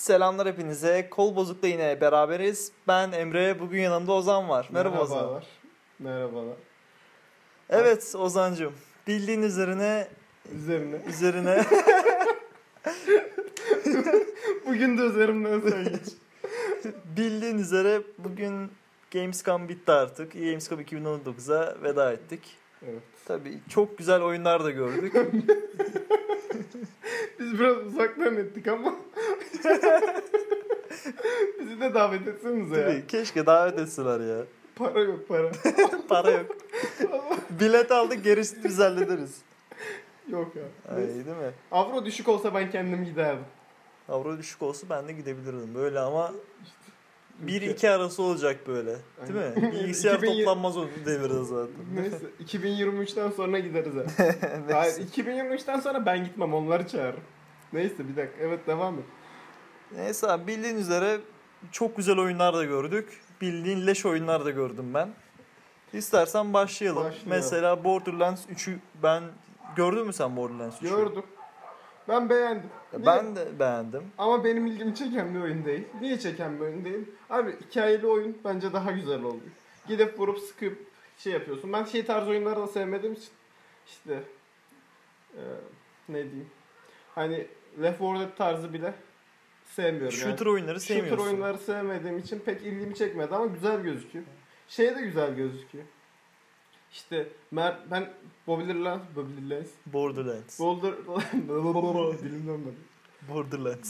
Selamlar hepinize. Kol Bozuk'ta yine beraberiz. Ben Emre, bugün yanımda Ozan var. Merhaba Ozan. Merhabalar. Evet Ozancığım, bildiğin üzerine... Bugün de üzerimden sen geç. Bildiğin üzere bugün Gamescom bitti artık. Gamescom 2019'a veda ettik. Evet. Tabii çok güzel oyunlar da gördük. Biz biraz uzaktan ettik ama. Bizi de davet etsenize ya. Tabii, keşke davet etseler ya. Para yok para. Para yok. Bilet aldık, gerisini biz hallederiz. Yok ya. Ay, değil mi? Avro düşük olsa ben kendim giderdim. Avro düşük olsa ben de gidebilirdim böyle ama 1-2 arası olacak böyle. Değil mi? Bilgisayar 2020 toplanmaz o devirde zaten. Neyse 2023'ten sonra gideriz ha. Hayır 2023'ten sonra ben gitmem, onları çağırırım. Neyse bir dakika, evet devam et. Neyse abi, bildiğin üzere çok güzel oyunlar da gördük. Bildiğin leş oyunlar da gördüm ben. İstersen başlayalım. Mesela Borderlands 3'ü ben... Gördün mü sen Borderlands 3'ü? Gördüm. Ben beğendim. Ben de beğendim. Ama benim ilgimi çeken bir oyun değil. Niye çeken bir oyun değil? Abi hikayeli oyun bence daha güzel oluyor. Gidip vurup sıkıp şey yapıyorsun. Ben şey tarzı oyunları da sevmediğim için işte ne diyeyim? Hani Left 4 Dead tarzı bile sevmiyorum. Shooter yani. oyunları sevmiyorsun. Shooter oyunları sevmediğim için pek ilgimi çekmedi ama güzel gözüküyor. Şey de güzel gözüküyor. İşte ben Borderlands Borderlands. Dilimden ben. Borderlands.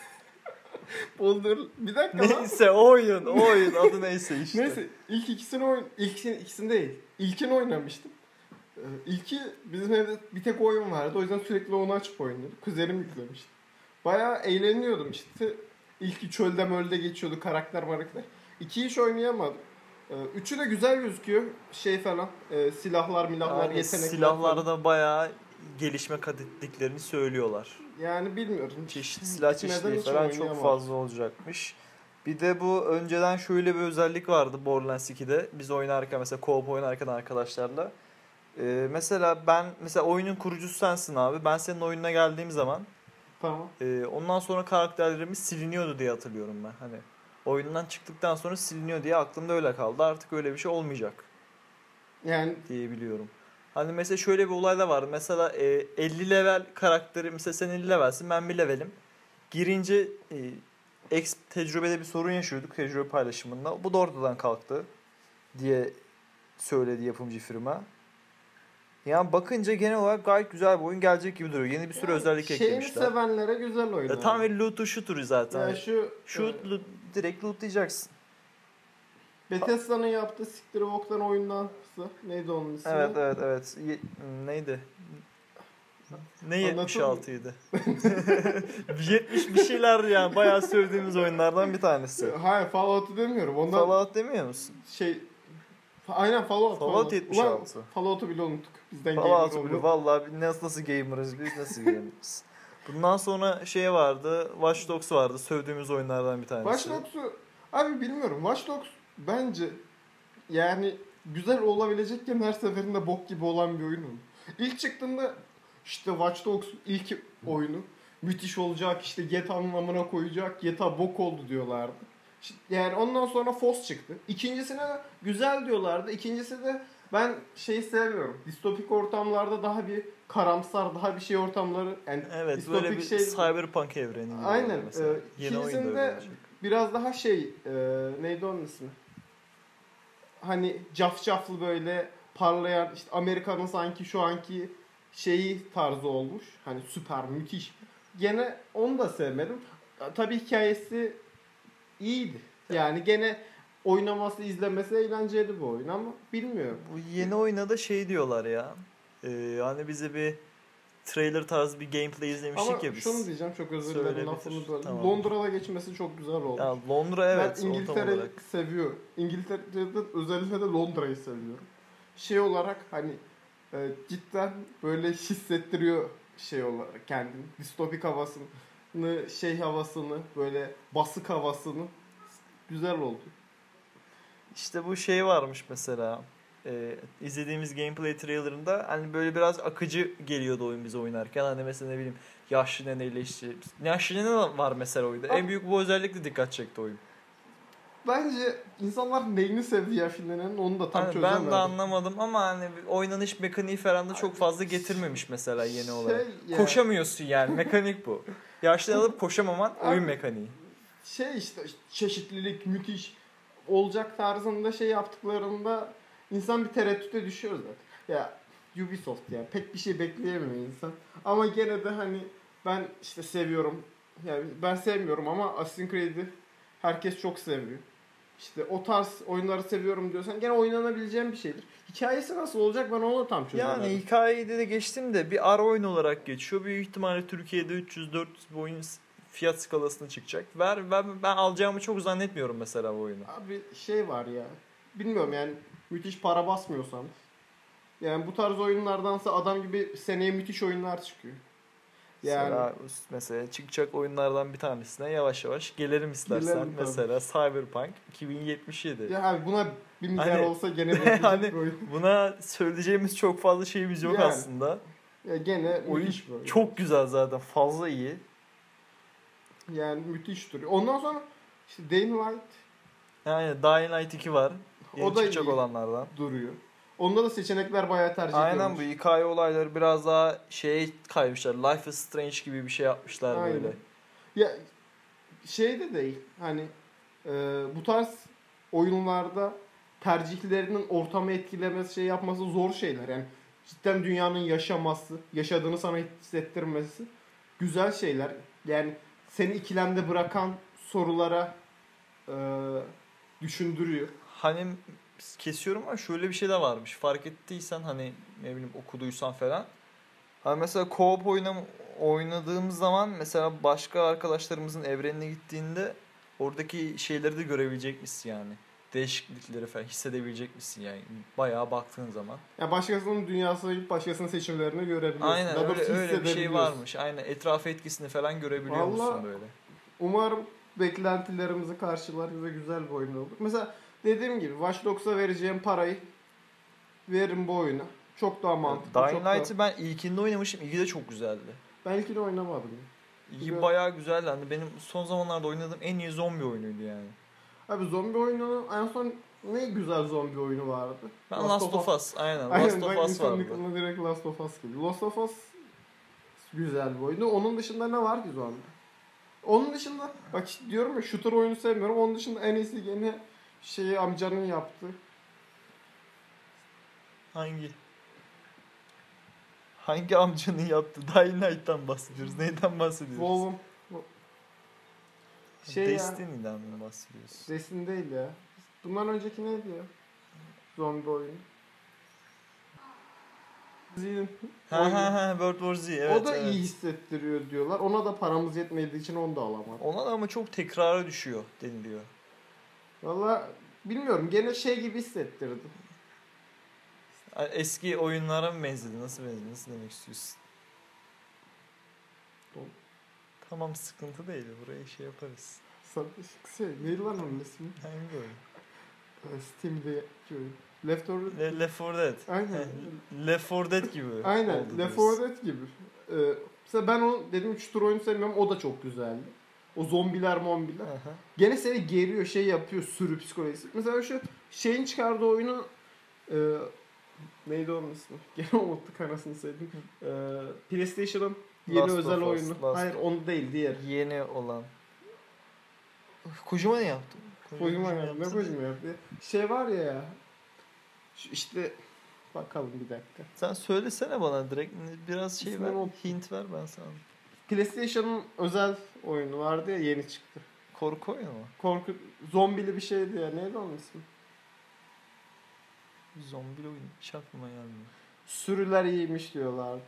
Bir dakika lan. Neyse o oyun adı neyse işte. Neyse ikisini değil. İlkini oynamıştım. İlki bizim evde bir tek oyun vardı. O yüzden sürekli onu açıp oynuyorduk. Kuzenim yüklemişti. Bayağı eğleniyordum işte. İlki çölde mölde geçiyordu, karakter. İkiyi hiç oynayamadım. Üçü de güzel gözüküyor. Şey falan, silahlar, yetenekler. Silahlarda da bayağı gelişme kat ettiklerini söylüyorlar. Yani bilmiyorum. Silah çeşitleri falan çok fazla olacakmış. Bir de bu önceden şöyle bir özellik vardı Borderlands 2'de. Biz oynarken mesela co-op oynarken arkadaşlarla. Mesela oyunun kurucusu sensin abi. Ben senin oyununa geldiğim zaman tamam. Ondan sonra karakterlerimiz siliniyordu diye hatırlıyorum ben. Hani oyundan çıktıktan sonra siliniyor diye aklımda öyle kaldı. Artık öyle bir şey olmayacak. Yani diyebiliyorum. Hani mesela şöyle bir olay da vardı. Mesela 50 level karakteri, mesela sen 50 levelsin, ben 1 levelim. Girince tecrübede bir sorun yaşıyorduk tecrübe paylaşımında. Bu da ortadan kalktı diye söyledi yapımcı firma. Yani bakınca genel olarak gayet güzel bir oyun gelecek gibi duruyor. Yeni bir sürü özellik eklemişler. Şeyini sevenlere güzel oyun. Tam bir loot'u shooter'ı zaten. Ya direkt lootlayacaksın. Bethesda'nın yaptığı Siktir Bok'tan oyundan neydi onun ismi? Evet. Neydi? Ne 76'ydı? 70 bir şeyler yani. Bayağı sevdiğimiz oyunlardan bir tanesi. Hayır, Fallout'u demiyorum. Fallout demiyor musun? Aynen Fallout 76. Ulan, Fallout'u bile unuttuk. Bizden Fallout'u bile vallahi nasıl gamer'ız biz, nasıl gamer'ız. Bundan sonra şey vardı, Watch Dogs vardı. Sövdüğümüz oyunlardan bir tanesi. Watch Dogs'u abi bilmiyorum. Watch Dogs bence yani güzel olabilecekken her seferinde bok gibi olan bir oyun oldu. İlk çıktığında işte Watch Dogs ilk oyunu müthiş olacak, işte GTA'nın amına koyacak, GTA bok oldu diyorlardı. Yani ondan sonra Foss çıktı. İkincisine de güzel diyorlardı. İkincisi de ben sevmiyorum. Distopik ortamlarda daha bir karamsar, daha bir şey ortamları. Yani evet, böyle bir cyberpunk evreni. Aynen. İkincisinde biraz daha neydi onun ismi? Hani cafcaflı böyle parlayan, işte Amerika'nın sanki şu anki tarzı olmuş. Hani süper, müthiş. Gene onu da sevmedim. Tabii hikayesi iyiydi. Yani gene oynaması, izlemesi eğlenceli bir oyun ama bilmiyorum. Bu yeni oyuna da diyorlar ya. Hani bize bir trailer tarzı bir gameplay izlemiştik ama ya biz. Şunu diyeceğim, çok özür dilerim lafını böyle. Tamam. Londra'da geçmesi çok güzel oldu. Ya Londra evet. Ben İngiltere'yi seviyorum. İngiltere'de özellikle de Londra'yı seviyorum. Olarak hani cidden böyle hissettiriyor olarak kendini. Distopik havasını, havasını, böyle basık havasını güzel oldu. İşte bu varmış mesela. izlediğimiz gameplay trailerında hani böyle biraz akıcı geliyordu oyun bize oynarken. Hani mesela ne bileyim yaşlı neneyle işte. Yaşlı nene var mesela oyunda. En büyük bu özellikle dikkat çekti oyun. Bence insanlar neyini sevdi ya filmlerin onu da tam Hani çözemedim. ben de anlamadım ama hani oynanış mekaniği falan da çok fazla getirmemiş mesela yeni olarak. yani- Koşamıyorsun yani mekanik bu. Yaşlı alıp koşamaman oyun Abi, mekaniği. işte çeşitlilik müthiş olacak tarzında şey yaptıklarında insan bir tereddüte düşüyor zaten. Ya Ubisoft ya pek bir şey bekleyemiyor insan. Ama gene de hani ben işte seviyorum. Yani ben sevmiyorum ama Assassin's Creed'i herkes çok seviyor. İşte o tarz oyunları seviyorum diyorsan gene oynanabileceğim bir şeydir. Hikayesi nasıl olacak ben onu da tam çözemedim. Yani hikayeyi de geçtim de bir ara oyun olarak geçiyor. Büyük ihtimalle Türkiye'de 300-400 bu oyun fiyat skalasına çıkacak. Ben alacağımı çok zannetmiyorum mesela bu oyunu. Abi şey var ya. Bilmiyorum yani müthiş para basmıyorsan. Yani bu tarz oyunlardansa adam gibi seneye müthiş oyunlar çıkıyor. Yani Mesela çıkacak oyunlardan bir tanesine yavaş yavaş gelelim istersen. Gelelim tabii. Mesela Cyberpunk 2077. ya abi buna 1 milyar Hani- olsa gene bekleyecek hani bir oyun. buna söyleyeceğimiz çok fazla şeyimiz yok Yani. aslında. Ya gene Oyun müthiş bir oyun. çok güzel zaten. Fazla iyi. Yani müthiş duruyor. Ondan sonra işte Dying Light Yani Dying Light 2 var. Yeni O da çıkacak iyi. olanlardan. duruyor. Onda da seçenekler bayağı tercih Aynen bu ediyormuş. hikaye olayları biraz daha şey kaymışlar. Life is Strange gibi bir şey yapmışlar Aynen. böyle. Ya şey de değil. Hani bu tarz oyunlarda tercihlerinin ortamı etkilemesi, şey yapması zor şeyler. Yani cidden dünyanın yaşaması, yaşadığını sana hissettirmesi güzel şeyler. Yani seni ikilemde bırakan sorulara e, düşündürüyor. Hani kesiyorum ama şöyle bir şey de varmış. Fark ettiysen hani ne bileyim okuduysan falan. Hani mesela co-op oynadığımız zaman mesela başka arkadaşlarımızın evrenine gittiğinde oradaki şeyleri de görebilecek misin yani. Değişiklikleri falan hissedebilecek misin yani. Bayağı baktığın zaman. Ya başkasının dünyasına gidip başkasının seçimlerini görebiliyorsun. Aynen Daha öyle, doğrusu öyle bir şey hissedebiliyorsun. varmış. Aynen etraf etkisini falan görebiliyor musun Vallahi- böyle. Umarım beklentilerimizi karşılar ve güzel bir oyun olur. Mesela dediğim gibi Watch Dogs'a vereceğim parayı veririm bu oyuna. Çok daha mantıklı. Dying çok daha... Light'ı ben ilkinde oynamıştım. İlki de çok güzeldi. Belki de oynamadım. İlki Güzel. bayağı güzeldi. Hani benim son zamanlarda oynadığım en iyi zombi oyunuydu yani. Abi zombi oyunu en son ne güzel zombi oyunu vardı? Ben Last of Us. Aynen. Aynen Last bak of Us insanın vardı. aklına direkt Last of Us geliyor. Last of Us güzel bir oyunu. Onun dışında ne var ki zombi? Onun dışında bak işte diyorum ya shooter oyunu sevmiyorum. Onun dışında en iyisi gene şeyi amcanın yaptığı. Hangi amcanın yaptığı Dying Light'tan bahsediyoruz? Neyden bahsediyoruz? Volum. Şey ya. Destiny'den mi bahsediyoruz? Resim değil ya. Bundan önceki neydi ya? Zombi oyunu. Z'nin Ha oyunu. ha ha World War Z evet. O da evet. iyi hissettiriyor diyorlar. Ona da paramız yetmediği için onu da alamadım. Ona da ama çok tekrara düşüyor deniliyor. Valla bilmiyorum. Gene şey gibi hissettirdi. Yani eski oyunlara mı benzedi? Nasıl benzedi? Nasıl demek istiyorsun? Doğru. Tamam sıkıntı değil. Buraya şey yaparız. Şey, neydi lan onun ismi? Hangi oyun? Steam'deki oyun. Left 4 Dead. Left 4 Dead. Aynen. Left 4 Dead gibi. Aynen. oldu Left diyorsun. 4 Dead gibi. Mesela ben o dedim 3 tur oyunu sevmiyorum. O da çok güzeldi. O zombiler mombiler. Aha. Gene seni geriyor, şey yapıyor, sürü psikolojisi. Mesela şu şeyin çıkardığı oyunu neydi onun ismi? Gene unuttuk anasını sevdim. PlayStation'ın yeni Last özel of Us, oyunu. Last- Hayır onu değil, diğer. Yeni olan. Kojima ne yaptı? Kojima ya, ne yaptı. Kojima yaptı? Şey var ya, şu işte bakalım bir dakika. Sen söylesene bana direkt biraz şey İsmini ver, unuttum. hint ver ben sana. PlayStation'ın özel oyunu vardı ya, yeni çıktı. Korku oyunu mu? Korku, zombili bir şeydi ya, neydi onun ismi? Zombi oyun hiç aklıma gelmiyor. Sürüler iyiymiş diyorlardı.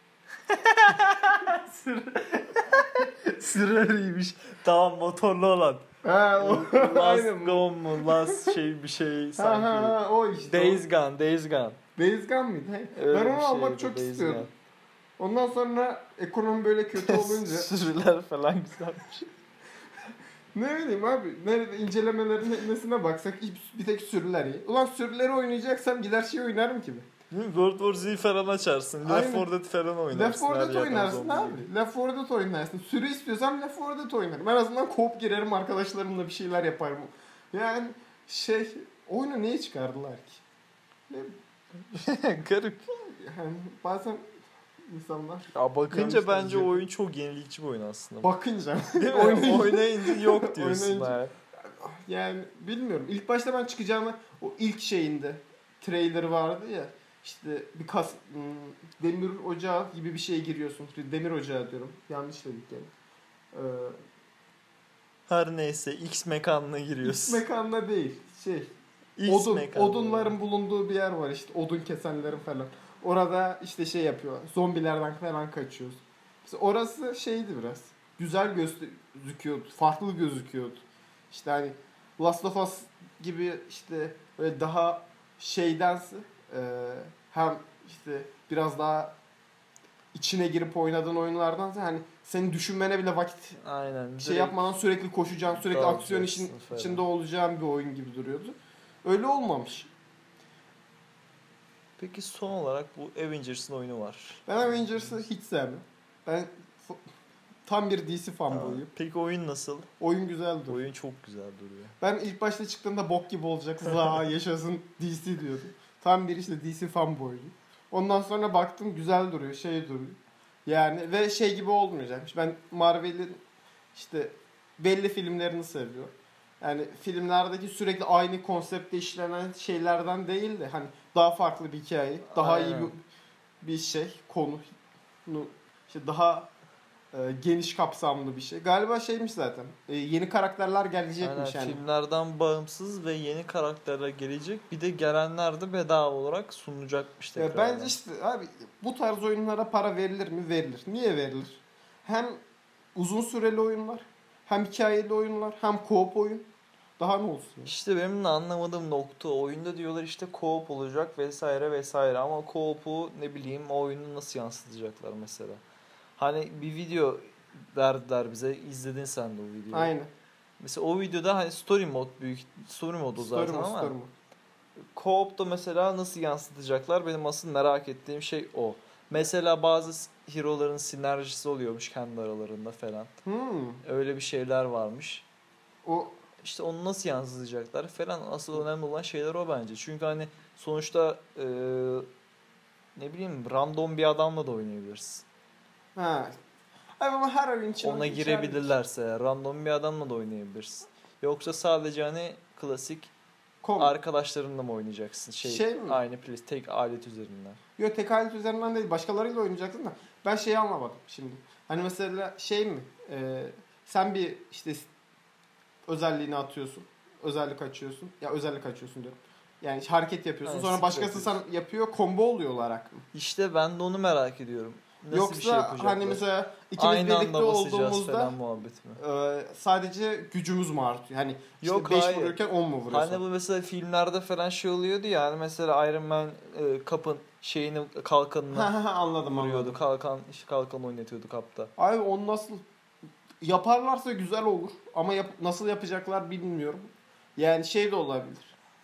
Süreriymiş. Tamam motorlu olan. Ha, o, Last aynen. Gone mu? Last şey bir şey Ha sanki. ha ha, o işte. Days Gone, Days Gone. Days Gone mıydı? Hayır. Öyle Ben bir onu almak şeydi, çok Days istiyordum. Ondan sonra ekonomi böyle kötü Gone. olunca Sürüler falan güzelmiş. Ne bileyim abi. Nerede incelemelerine nesine baksak bir tek sürüler iyi. Ulan sürüleri oynayacaksam gider şey oynarım ki. Değil mi? World War Z falan açarsın. Left Aynen. 4 Dead falan oynarsın. Left 4 her Dead yerden oynarsın zombi abi. gibi. Left 4 Dead oynarsın. Sürü istiyorsam Left 4 Dead oynarım. En azından co-op girerim, arkadaşlarımla bir şeyler yaparım. Yani oyunu niye çıkardılar ki? Garip. Yani bazen insanlar Ya bakınca yanlış bence tercih oyun çok yenilikçi bir oyun aslında. bakınca Değil mi? Oynayınca yok diyorsun. Oynayınca- ha. yani bilmiyorum. İlk başta ben çıkacağımı o ilk şeyinde trailer vardı ya, işte bir demir ocağı gibi bir şeye giriyorsun. Demir ocağı diyorum. Yanlış dedik yani. Ee, Her neyse X mekanına X giriyorsun. mekanla değil. X mekanına. Odunların bulunduğu bir yer var işte. Odun kesenlerin falan. Orada işte yapıyorlar. Zombilerden falan kaçıyoruz. Mesela orası şeydi biraz. Güzel gözüküyordu. Farklı gözüküyordu. İşte hani Last of Us gibi işte böyle daha şeydense hem işte biraz daha içine girip oynadığın oyunlardansa hani senin düşünmene bile vakit Aynen. yapmadan sürekli koşacağın, sürekli aksiyon dalacaksın falan. içinde olacağın bir oyun gibi duruyordu. Öyle olmamış. Peki son olarak bu Avengers'ın oyunu var. Ben Avengers'ı hiç sevmem. Ben tam bir DC fanboyuyum. Peki oyun nasıl? Oyun güzeldi. Oyun çok güzel duruyor. Ben ilk başta çıktığında bok gibi olacak. Za yaşasın DC diyordum. Tam bir işte DC fanboyuyum. Ondan sonra baktım güzel duruyor, duruyor. Yani ve gibi olmayacakmış. Ben Marvel'in işte belli filmlerini seviyorum. Yani filmlerdeki sürekli aynı konsepte işlenen şeylerden değil de hani daha farklı bir hikaye, daha iyi Aynen. bir konu, işte daha geniş kapsamlı bir şey. Galiba zaten. Yeni karakterler gelecekmiş Aynen, yani. filmlerden bağımsız ve yeni karakterler gelecek. Bir de gelenler de bedava olarak sunulacakmış Ya tekrardan. bence abi bu tarz oyunlara para verilir mi? Verilir. Niye verilir? Hem uzun süreli oyunlar, hem hikayeli oyunlar, hem co-op oyun. Daha ne olsun? Ya? İşte benim de anlamadığım nokta oyunda diyorlar işte co-op olacak vesaire vesaire ama co-op'u ne bileyim o oyunu nasıl yansıtacaklar mesela. Hani bir video verdiler bize, izledin sen de o videoyu. Aynen. Mesela o videoda hani story modu zaten ama Story mode. co-op'ta mesela nasıl yansıtacaklar benim asıl merak ettiğim şey o. Mesela bazı hero'ların sinerjisi oluyormuş kendi aralarında falan. Öyle bir şeyler varmış. O İşte onu nasıl yansıtacaklar falan. Asıl önemli olan şeyler o bence. Çünkü hani sonuçta ne bileyim random bir adamla da oynayabilirsin. ha. Abi ama her oyun için Ona girebilirlerse eğer, random bir adamla da oynayabilirsin. Yoksa sadece hani klasik arkadaşlarınla mı oynayacaksın? Mi? Aynı tek alet üzerinden. Yok, tek alet üzerinden değil. Başkalarıyla oynayacaksın da. Ben anlamadım şimdi. Hani mesela mi? Sen bir işte özelliğini atıyorsun. Özellik açıyorsun. Ya özellik açıyorsun diyorum. Yani hareket yapıyorsun. Yani Sonra başkası yapıyorsun. sana yapıyor. Combo oluyor olarak mı? İşte ben de onu merak ediyorum. Nasıl Yoksa bir şey yapacaklar? hani mesela ikimiz Aynı birlikte anda basacağız olduğumuzda falan muhabbet mi? sadece gücümüz mü artıyor? Hani işte Yok, 5 hayır. vururken 10 mu vuruyorsun? Hani bu mesela filmlerde falan oluyordu ya hani mesela Iron Man kapın kalkanını Anladım. vuruyordu. Kalkan oynatıyordu kapta. Abi onu nasıl yaparlarsa güzel olur. Ama nasıl yapacaklar bilmiyorum. Yani de olabilir.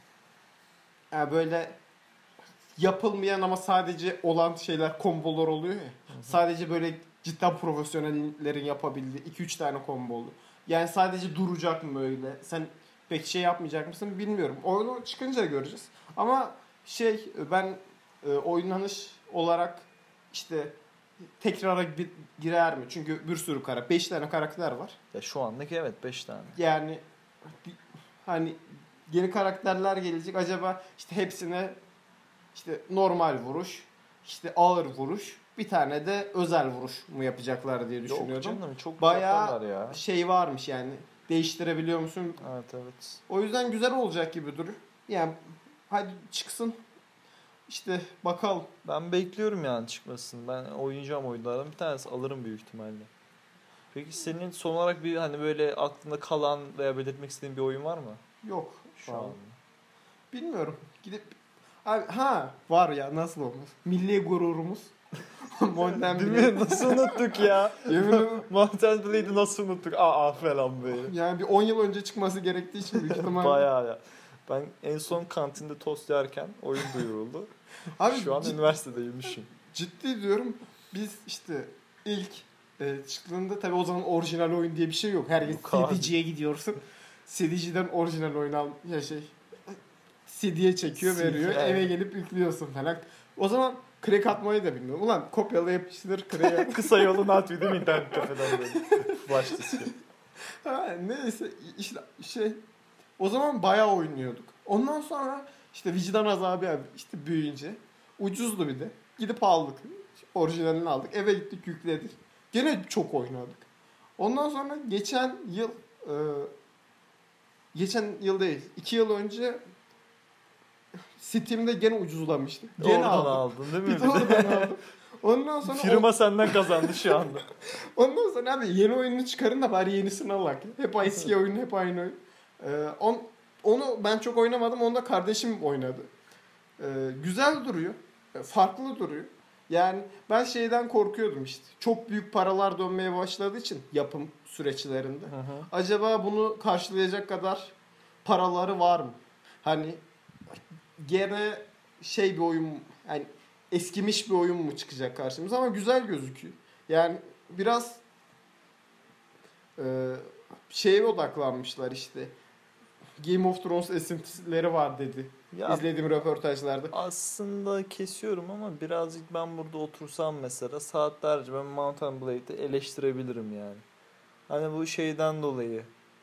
Yani böyle yapılmayan ama sadece olan şeyler, kombolar oluyor ya. Hı hı. Sadece böyle cidden profesyonellerin yapabildiği 2-3 tane combo oluyor. Yani sadece duracak mı öyle? Sen pek yapmayacak mısın bilmiyorum. Oyunu çıkınca göreceğiz. Ama ben oynanış olarak işte tekrara girer mi? Çünkü bir sürü 5 tane karakter var. Ya şu andaki evet 5 tane. Yani hani yeni karakterler gelecek. Acaba işte hepsine işte normal vuruş, işte ağır vuruş, bir tane de özel vuruş mu yapacaklar diye düşünüyordum. Yok canım çok Bayağı ya. Varmış yani. Değiştirebiliyor musun? Evet. O yüzden güzel olacak gibi duruyor. Yani hadi çıksın. İşte bakalım. Ben bekliyorum yani çıkmasını. Ben oynayacağım oyunlardan bir tanesi alırım büyük ihtimalle. Peki senin son olarak bir hani böyle aklında kalan veya belirtmek istediğin bir oyun var mı? Yok Şu an. Bilmiyorum. Gidip abi, var ya nasıl olmaz? Milli gururumuz. Mountain Değil Blade. mi? Nasıl unuttuk ya? Yemin ederim. Mountain Blade'i nasıl unuttuk? Aa falan böyle. Yani bir 10 yıl önce çıkması gerektiği için büyük ihtimalle. Bayağı ya. Ben en son kantinde tost yerken oyun duyuruldu. Abi Şu an üniversitedeymişim. ciddi diyorum. Biz işte ilk çıktığında tabii o zaman orijinal oyun diye bir şey yok. Herkes Yok abi. CD'ciye gidiyorsun. CD'ciden orijinal oyun al ya CD'ye çekiyor, CD, veriyor. evet. Eve gelip yüklüyorsun falan. O zaman crack atmayı da bilmiyorum. Ulan kopyala yapıştır crack'e. Kısa yolunu atıyor değil mi internet kafeden böyle? Flash diski. Ha, neyse işte o zaman bayağı oynuyorduk. Ondan sonra işte vicdan azabı abi işte büyüyünce ucuzdu bir de. Gidip aldık. Orijinalini aldık. Eve gittik yükledik. Gene çok oynadık. Ondan sonra geçen yıl değil 2 yıl önce Steam'de gene ucuzlamıştı. Gene Oradan aldım. aldın değil mi? Bir de oradan aldım. Ondan sonra Firma senden kazandı şu anda. ondan sonra abi yeni oyununu çıkarın da bari yenisini alak. Hep eski oyun, hep aynı oyun. Onu ben çok oynamadım. Onu da kardeşim oynadı. Güzel duruyor. Farklı duruyor. Yani ben şeyden korkuyordum işte. Çok büyük paralar dönmeye başladığı için yapım süreçlerinde. Acaba bunu karşılayacak kadar paraları var mı? Hani gene bir oyun, yani eskimiş bir oyun mu çıkacak karşımıza, ama güzel gözüküyor. Yani biraz şeye odaklanmışlar işte. Game of Thrones esintileri var dedi. Ya İzlediğim röportajlarda. aslında kesiyorum ama birazcık ben burada otursam mesela saatlerce ben Mountain Blade'i eleştirebilirim yani. Hani bu şeyden dolayı.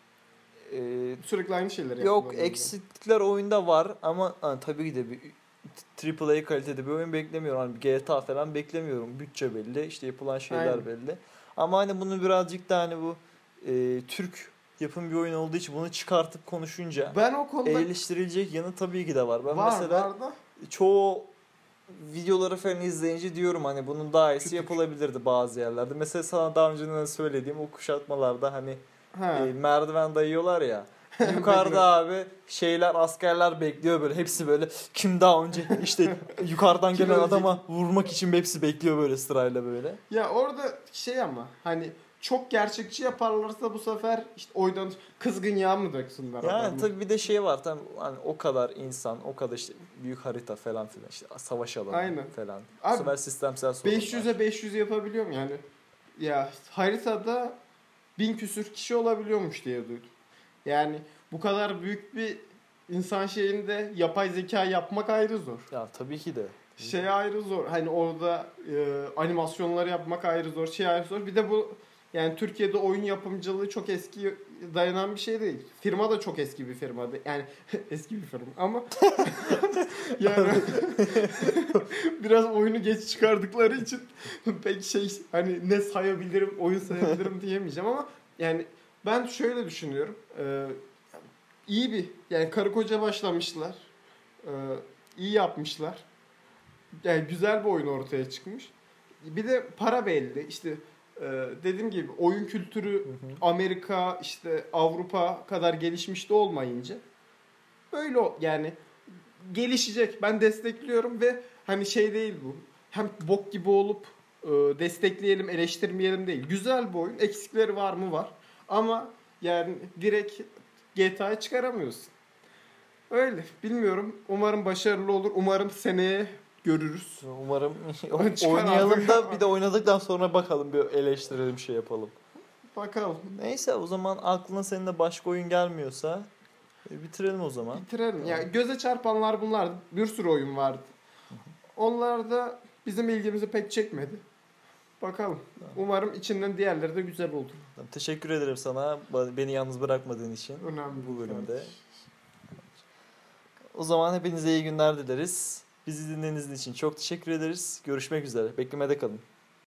Sürekli aynı şeyleri Yok yapıyorlar. eksiklikler oyunda var ama hani, tabii ki de bir AAA kalitede bir oyun beklemiyorum. Hani GTA falan beklemiyorum. Bütçe belli, işte yapılan şeyler Aynen. belli. Ama hani bunu birazcık da hani bu Türk yapım bir oyun olduğu için bunu çıkartıp konuşunca Ben o konuda eleştirilecek yanı tabii ki de var. Ben var mesela da çoğu videoları falan izleyince diyorum hani bunun daha iyisi Küçük. yapılabilirdi bazı yerlerde. Mesela sana daha önceden söylediğim o kuşatmalarda hani ha. merdiven dayıyorlar ya. Yukarıda abi şeyler, askerler bekliyor böyle. Hepsi böyle kim daha önce işte yukarıdan Kim gelen ölecek? adama vurmak için hepsi bekliyor böyle sırayla böyle. Ya orada ama hani çok gerçekçi yaparlarsa bu sefer işte oydan kızgın yağ mı döksünler Yani adamlar? tabii bir de şey var tabii hani o kadar insan, o kadar işte büyük harita falan filan işte savaş alanı Aynen. falan. Bu Abi, sefer sistemsel sorunlar. 500'e 500 yapabiliyor mu yani? Ya haritada 1000 küsür kişi olabiliyormuş diye duydum. Yani bu kadar büyük bir insan şeyinde yapay zeka yapmak ayrı zor. Ya tabii ki de. Ayrı zor. Hani orada animasyonları yapmak ayrı zor. Ayrı zor. Bir de bu yani Türkiye'de oyun yapımcılığı çok eski dayanan bir şey değil. Firma da çok eski bir firma. Yani eski bir firma ama yani biraz oyunu geç çıkardıkları için pek hani ne sayabilirim, oyun sayabilirim diyemeyeceğim ama yani ben şöyle düşünüyorum. İyi yani karı koca başlamışlar. İyi yapmışlar. Yani güzel bir oyun ortaya çıkmış. Bir de para belli. İşte dediğim gibi oyun kültürü Amerika, işte Avrupa kadar gelişmiş de olmayınca böyle yani gelişecek. Ben destekliyorum ve hani değil bu. Hem bok gibi olup destekleyelim, eleştirmeyelim değil. Güzel bir oyun. Eksikleri var mı? Var. Ama yani direkt GTA'yı çıkaramıyorsun. Öyle. Bilmiyorum. Umarım başarılı olur. Umarım seneye görürüz. Umarım Çıkar oynayalım artık. da bir de oynadıktan sonra bakalım bir eleştirelim şey yapalım. Bakalım. Neyse o zaman aklına senin de başka oyun gelmiyorsa bitirelim o zaman. Bitirelim. Yani göze çarpanlar bunlar. Bir sürü oyun vardı. Onlar da bizim ilgimizi pek çekmedi. Bakalım. Umarım içinden diğerleri de güzel olur. Teşekkür ederim sana beni yalnız bırakmadığın için Önemli. bu bölümde. O zaman hepinize iyi günler dileriz. Bizi dinlediğiniz için çok teşekkür ederiz. Görüşmek üzere. Beklemede kalın.